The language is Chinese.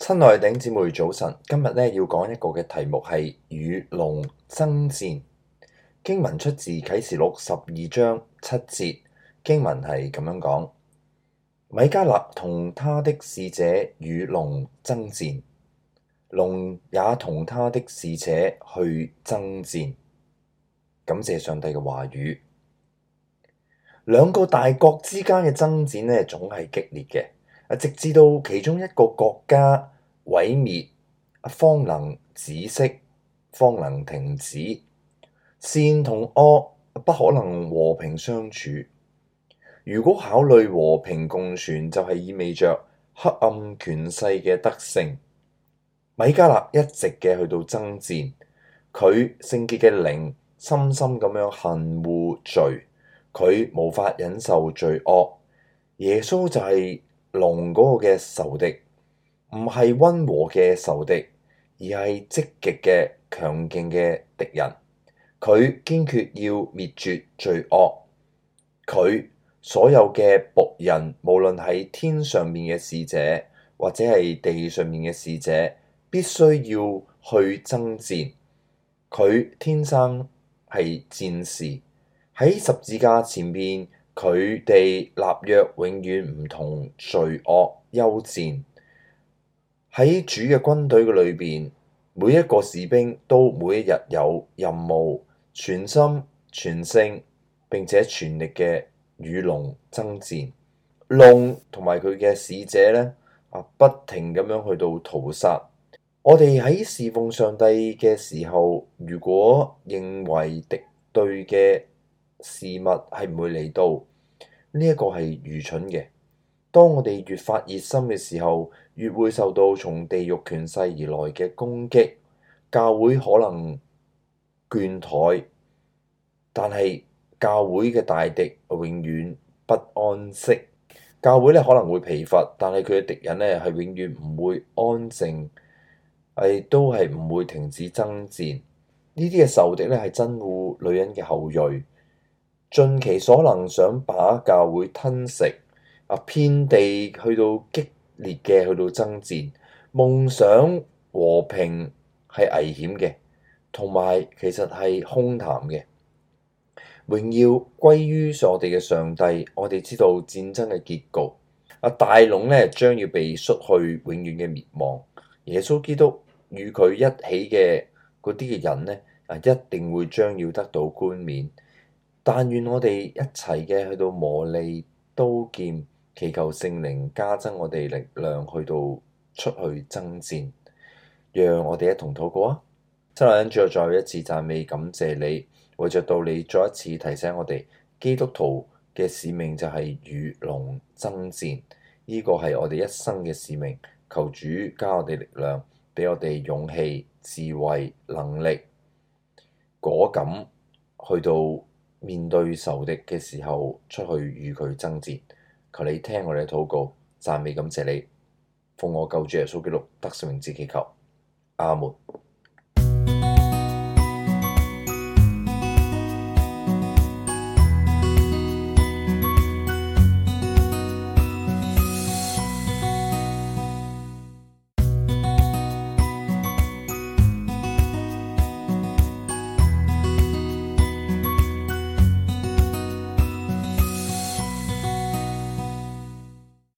親愛的弟兄姊妹早晨，今日要講一個嘅題目係與龍爭戰。經文出自啟示錄12章7節，經文係咁樣講：米迦勒同他的使者與龍爭戰，龍也同他的使者去爭戰。感謝上帝嘅話語。兩個大國之間嘅爭戰總係激烈嘅，直至到其中一個國家毀滅，方能止息，方能停止。善同惡不可能和平相處。如果考慮和平共存，就係意味着黑暗權勢嘅得勝。米迦勒一直嘅去到爭戰，佢聖潔嘅靈深深咁樣恨惡罪。佢無法忍受罪惡。耶穌就係龍嗰個嘅仇敵，唔係溫和嘅仇敵，而係積極嘅強勁嘅敵人。佢堅決要滅絕罪惡。佢所有嘅僕人，無論係天上面嘅使者或者係地上面嘅使者，必須要去爭戰。佢天生係戰士。喺十字架前面，佢哋立約永遠唔同罪惡休戰。喺主嘅軍隊嘅裏邊，每一個士兵都每一日有任務，全心全性並且全力嘅與龍爭戰。龍同埋佢嘅使者呢，不停咁樣去到屠殺。我哋喺侍奉上帝嘅時候，如果認為敵對嘅事物係唔會嚟到，呢一個係愚蠢嘅。當我哋越發熱心嘅時候，越會受到從地獄權勢而來嘅攻擊。教會可能倦怠，但係教會嘅大敵永遠不安息。教會可能會疲乏，但係佢嘅敵人係永遠唔會安靜，都係唔會停止爭戰。呢啲嘅仇敵係憎惡女人嘅後裔，盡其所能想把教會吞食，遍地去到激烈嘅去到爭戰。夢想和平係危險嘅，同埋其實係空談嘅。榮耀歸於我哋嘅上帝。我哋知道戰爭嘅結局，大龍將要被摔去，永遠嘅滅亡。耶穌基督與佢一起嘅嗰啲嘅人一定會將要得到冠冕。但願我哋一齊嘅去到磨利刀劍，祈求聖靈加增我哋力量，去到出去爭戰。讓我哋一同禱告啊！親愛的主，再一次讚美感謝你，為着到你再一次提醒我哋，基督徒嘅使命就係與龍爭戰。呢個係我哋一生嘅使命。求主加我哋力量，俾我哋勇氣、智慧、能力、果敢，去到面對仇敵嘅時候，出去與佢爭戰。求你聽我哋嘅禱告，讚美感謝你，奉我救主耶穌基督得勝名字祈求，阿門。